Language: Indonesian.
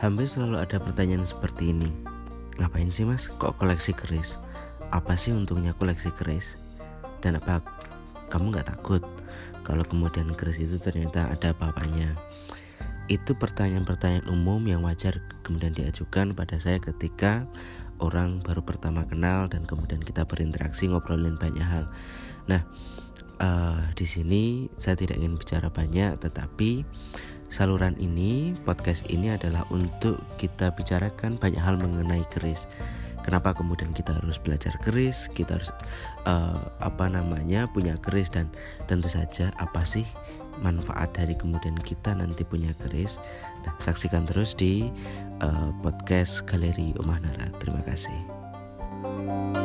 Hampir selalu ada pertanyaan seperti ini. Ngapain sih mas, kok koleksi keris? Apa sih untungnya koleksi keris? Dan apa kamu gak takut kalau kemudian keris itu ternyata ada apa-apanya? Itu pertanyaan-pertanyaan umum yang wajar kemudian diajukan pada saya ketika orang baru pertama kenal dan kemudian kita berinteraksi ngobrolin banyak hal. Nah, di sini saya tidak ingin bicara banyak, tetapi saluran ini, podcast ini adalah untuk kita bicarakan banyak hal mengenai keris. Kenapa kemudian kita harus belajar keris, kita harus punya keris, dan tentu saja apa sih manfaat dari kemudian kita nanti punya keris. Nah, saksikan terus di podcast Galeri Omah Nara. Terima kasih.